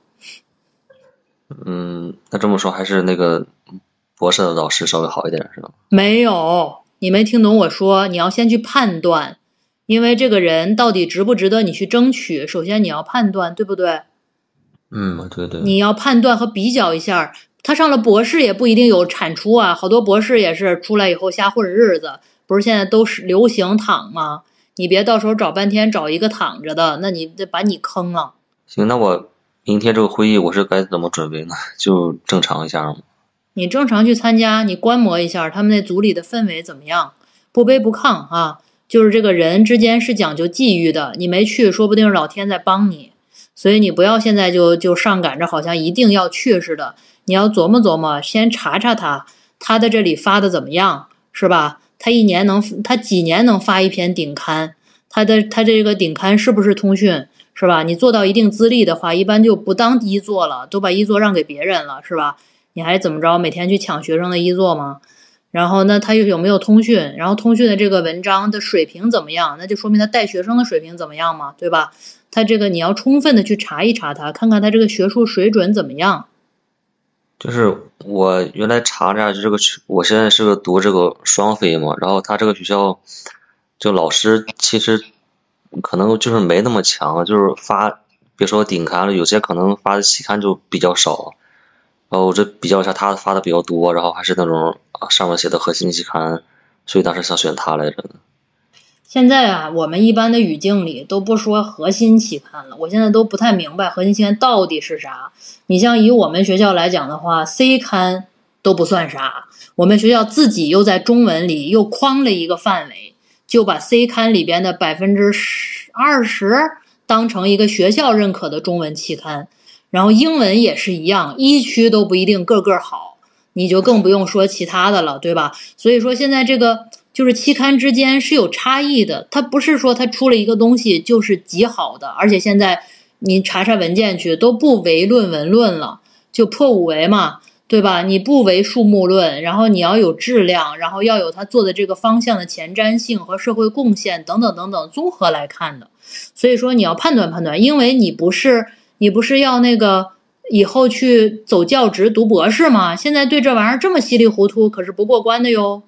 嗯，那这么说还是那个博士的老师稍微好一点是吧？ 没有，你没听懂我说，你要先去判断，因为这个人到底值不值得你去争取，首先你要判断，对不对？ 嗯，对对。 你要判断和比较一下，他上了博士也不一定有产出啊，好多博士也是出来以后瞎混日子，不是现在都是流行躺吗？你别到时候找半天找一个躺着的，那你得把你坑了。 行，那我明天这个会议我是该怎么准备呢？就正常一下吗？ 你正常去参加，你观摩一下他们那组里的氛围怎么样，不卑不亢啊。就是这个人之间是讲究际遇的，你没去，说不定是老天在帮你。所以你不要现在就就上赶着好像一定要去似的，你要琢磨琢磨，先查查他，他的这里发的怎么样，是吧？他一年能，他几年能发一篇顶刊？他的他这个顶刊是不是通讯，是吧？你做到一定资历的话，一般就不当一作了，都把一作让给别人了，是吧？你还怎么着？每天去抢学生的一作吗？ 然后那他又有没有通讯，然后通讯的这个文章的水平怎么样，那就说明他带学生的水平怎么样嘛，对吧？他这个你要充分的去查一查他，看看他这个学术水准怎么样。 就是我原来查着这个，我现在是个读这个双非嘛，然后他这个学校就老师其实可能就是没那么强，就是发别说顶刊了，有些可能发的期刊就比较少。然后我这比较一下，他发的比较多，然后还是那种上面写的核心期刊，所以当时想选他来着。 现在啊，我们一般的语境里都不说核心期刊了，我现在都不太明白核心期刊到底是啥。你像以我们学校来讲的话 ，C 刊都不算啥，我们学校自己又在中文里又框了一个范围，就把 C 刊里边的百分之二十当成一个学校认可的中文期刊。然后英文也是一样，一区都不一定个个好，你就更不用说其他的了，对吧？所以说现在这个就是期刊之间是有差异的，它不是说它出了一个东西就是极好的，而且现在你查查文件去都不唯论文论了，就破五唯嘛，对吧？你不唯数目论，然后你要有质量，然后要有他做的这个方向的前瞻性和社会贡献等等等等综合来看的。所以说你要判断判断，因为你不是你不是要那个以后去走教职读博士吗？现在对这玩意儿这么稀里糊涂，可是不过关的哟。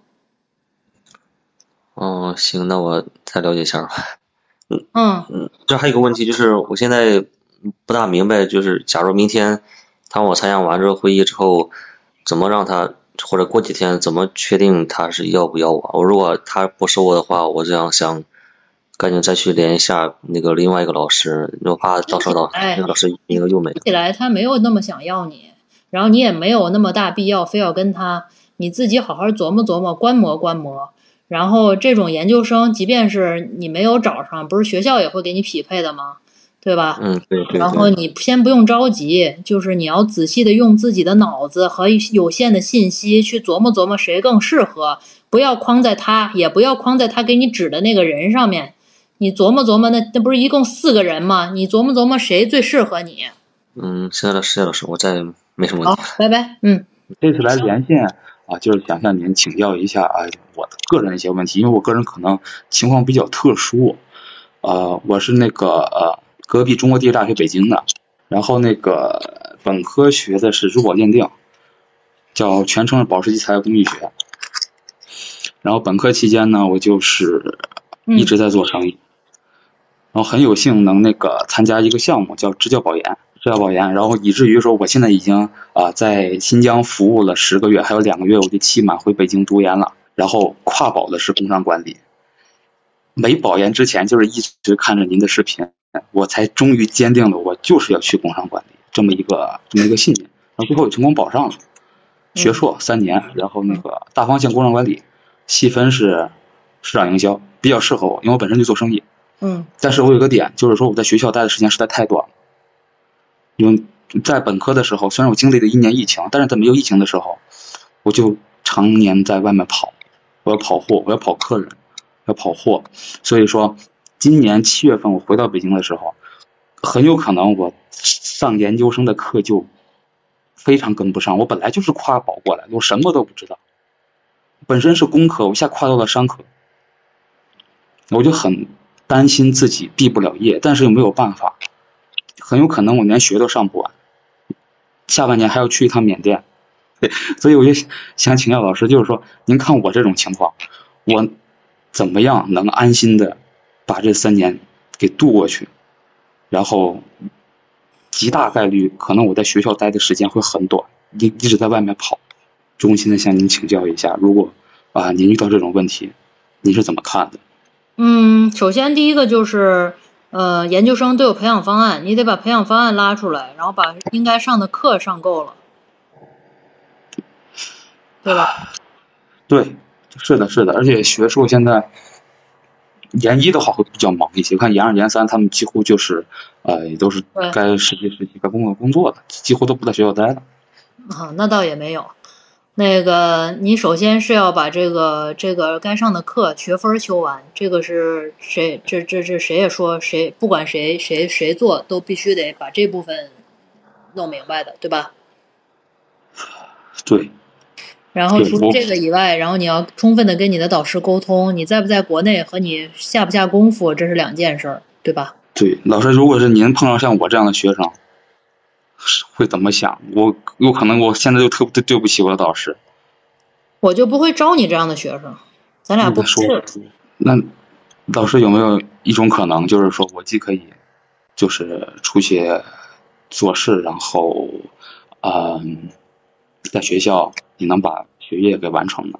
哦，行，那我再了解一下吧。 嗯嗯，这还有一个问题，就是我现在不大明白，就是假如明天他让我参加完这个会议之后，怎么让他，或者过几天怎么确定他是要不要我？我如果他不收我的话，我这样想赶紧再去联系一下那个另外一个老师，我怕到时候老那个老师名额又没了。 起来他没有那么想要你，然后你也没有那么大必要非要跟他，你自己好好琢磨琢磨，观摩观摩。然后这种研究生，即便是你没有找上，不是学校也会给你匹配的吗？对吧？ 嗯，对对对。 然后你先不用着急，就是你要仔细的用自己的脑子和有限的信息去琢磨琢磨谁更适合，不要框在他，也不要框在他给你指的那个人上面。你琢磨琢磨，那那不是一共四个人吗？你琢磨琢磨谁最适合你。 嗯，谢谢老师，谢谢老师，我再没什么问题。 好，拜拜。嗯， 这次来连线啊，就是想向您请教一下啊，我的个人一些问题，因为我个人可能情况比较特殊，呃，我是那个呃隔壁中国地质大学北京的，然后那个本科学的是珠宝鉴定，叫全称是宝石级材料工艺学，然后本科期间呢，我就是一直在做生意。嗯，然后很有幸能那个参加一个项目叫支教保研，支教保研，然后以至于说我现在已经啊、呃、在新疆服务了十个月，还有两个月我就期满回北京读研了。然后跨保的是工商管理。没保研之前就是一直看着您的视频，我才终于坚定了我就是要去工商管理这么一个这么一个信念，然后最后也成功保上了。学硕三年，然后那个大方向工商管理，细分是市场营销，比较适合我，因为我本身就做生意。 嗯， 但是我有个点，就是说我在学校待的时间实在太短了。因为在本科的时候，虽然我经历了一年疫情，但是在没有疫情的时候，我就常年在外面跑，我要跑货，我要跑客人，要跑货。所以说，今年七月份我回到北京的时候，很有可能我上研究生的课就非常跟不上。我本来就是跨保过来的，我什么都不知道，本身是工科，我一下跨到了商科，我就很担心自己毕不了业，但是又没有办法，很有可能我连学都上不完，下半年还要去一趟缅甸。所以我就想请教老师，就是说您看我这种情况，我怎么样能安心的把这三年给度过去，然后极大概率可能我在学校待的时间会很短，一一直在外面跑。衷心的向您请教一下，如果啊您遇到这种问题，您是怎么看的？ 嗯，首先第一个就是呃，研究生都有培养方案，你得把培养方案拉出来，然后把应该上的课上够了，对吧？ 对，是的，是的，而且学硕现在研一的话会比较忙一些，看研二、研三他们几乎就是呃也都是该实习实习、该工作工作的，几乎都不在学校待了。 啊，那倒也没有。那个，你首先是要把这个这个该上的课学分修完，这个是谁这这这谁也说谁不管谁谁谁做都必须得把这部分弄明白的，对吧？ 对。 然后除了这个以外，然后你要充分的跟你的导师沟通，你在不在国内和你下不下功夫，这是两件事儿，对吧？ 对，老师，如果是您碰到像我这样的学生，会怎么想？我有可能我现在就特别对不起我的导师。 我就不会招你这样的学生，咱俩不说。那老师有没有一种可能，就是说我既可以就是出去做事，然后嗯，在学校你能把学业给完成呢？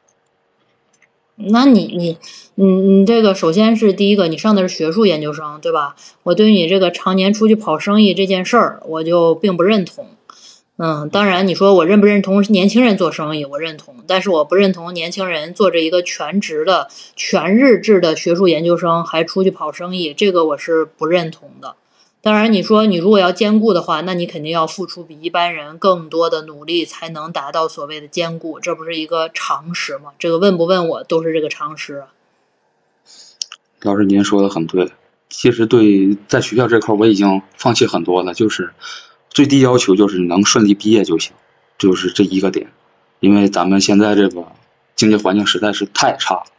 那你你你你这个首先是第一个，你上的是学术研究生，对吧？我对你这个常年出去跑生意这件事儿，我就并不认同。嗯，当然你说我认不认同年轻人做生意，我认同，但是我不认同年轻人做着一个全职的全日制的学术研究生还出去跑生意，这个我是不认同的。当然你说你如果要兼顾的话，那你肯定要付出比一般人更多的努力才能达到所谓的兼顾，这不是一个常识吗？这个问不问我都是这个常识啊。 老师您说的很对，其实对在学校这块我已经放弃很多了，就是最低要求就是能顺利毕业就行，就是这一个点，因为咱们现在这个经济环境实在是太差了。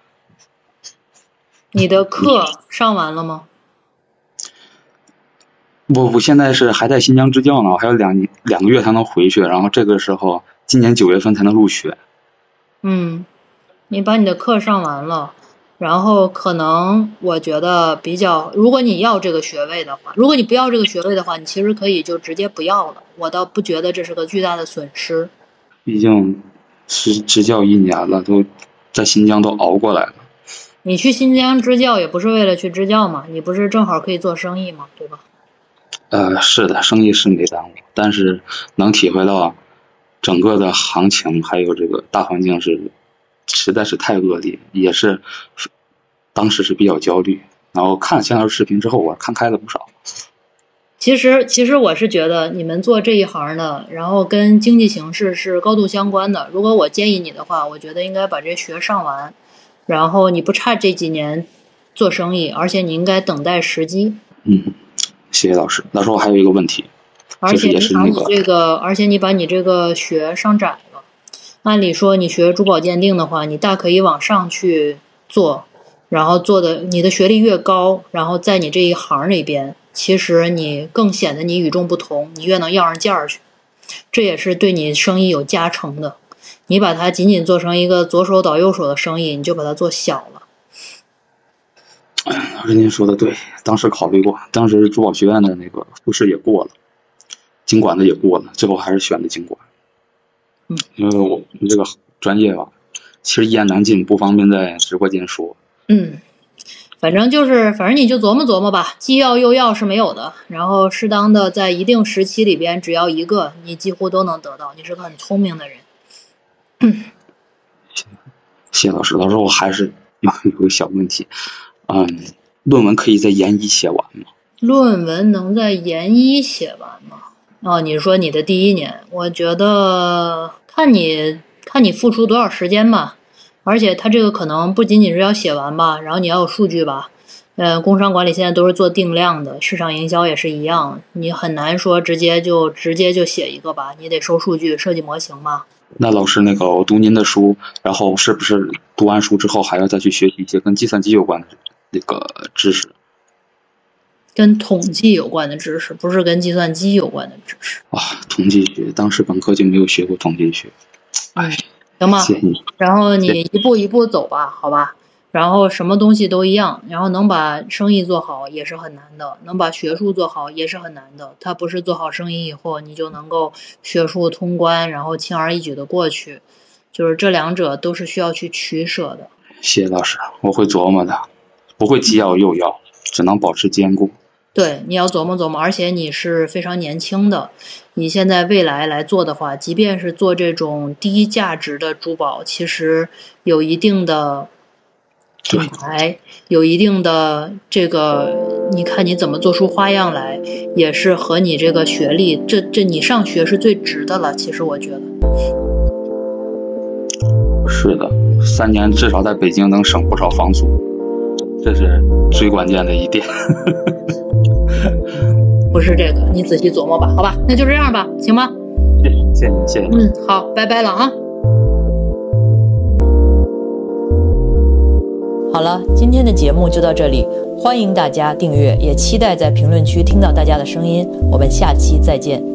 你的课上完了吗？ 我我现在是还在新疆支教呢，还有两两个月才能回去，然后这个时候今年九月份才能入学。 嗯，你把你的课上完了，然后可能我觉得比较，如果你要这个学位的话，如果你不要这个学位的话，你其实可以就直接不要了，我倒不觉得这是个巨大的损失。 毕竟是支教一年了，都在新疆都熬过来了。 你去新疆支教也不是为了去支教嘛，你不是正好可以做生意嘛，对吧？ 呃，是的，生意是没耽误，但是能体会到整个的行情还有这个大环境是实在是太恶劣，也是当时是比较焦虑。然后看了千老师视频之后，我看开了不少。 其实，其实我是觉得你们做这一行的，然后跟经济形势是高度相关的。如果我建议你的话，我觉得应该把这学上完，然后你不差这几年做生意，而且你应该等待时机。 嗯。谢谢老师。老师，我还有一个问题， 而且你把你这个， 个，而且你把你这个学上窄了。按理说，你学珠宝鉴定的话，你大可以往上去做，然后做的你的学历越高，然后在你这一行里边，其实你更显得你与众不同，你越能要上价去，这也是对你生意有加成的。你把它仅仅做成一个左手倒右手的生意，你就把它做小了。 老师您说的对，当时考虑过，当时珠宝学院的那个复试也过了，经管的也过了，最后还是选的经管。 嗯， 因为我们这个专业吧，其实一言难尽，不方便在直播间说。 嗯，反正就是，反正你就琢磨琢磨吧，既要又要是没有的，然后适当的在一定时期里边，只要一个，你几乎都能得到。你是个很聪明的人。嗯， 谢谢老师，老师我还是有有个小问题。嗯，论文可以在研一写完吗？ 论文能在研一写完吗？哦，你说你的第一年，我觉得看你看你付出多少时间吧，而且它这个可能不仅仅是要写完吧，然后你要有数据吧。呃，工商管理现在都是做定量的，市场营销也是一样，你很难说直接就直接就写一个吧，你得收数据、设计模型嘛。 那老师，那个我读您的书，然后是不是读完书之后还要再去学习一些跟计算机有关的那个知识？ 跟统计有关的知识，不是跟计算机有关的知识。 哇，统计学，当时本科就没有学过统计学。 哎，行吧。 谢谢你。 然后你一步一步走吧，好吧。然后什么东西都一样，然后能把生意做好也是很难的，能把学术做好也是很难的。它不是做好生意以后你就能够学术通关，然后轻而易举的过去，就是这两者都是需要去取舍的。 谢谢老师，我会琢磨的，不会既要又要，只能保持兼顾。 对，你要琢磨琢磨，而且你是非常年轻的，你现在未来来做的话，即便是做这种低价值的珠宝，其实有一定的品牌，有一定的这个，你看你怎么做出花样来，也是和你这个学历，这这你上学是最值的了。其实我觉得， 是的，三年至少在北京能省不少房租，这是最关键的一点。 不是这个，你仔细琢磨吧，好吧，那就这样吧，行吗？ 谢谢谢谢你，谢谢你。 嗯，好，拜拜了啊。 好了，今天的节目就到这里，欢迎大家订阅，也期待在评论区听到大家的声音。我们下期再见。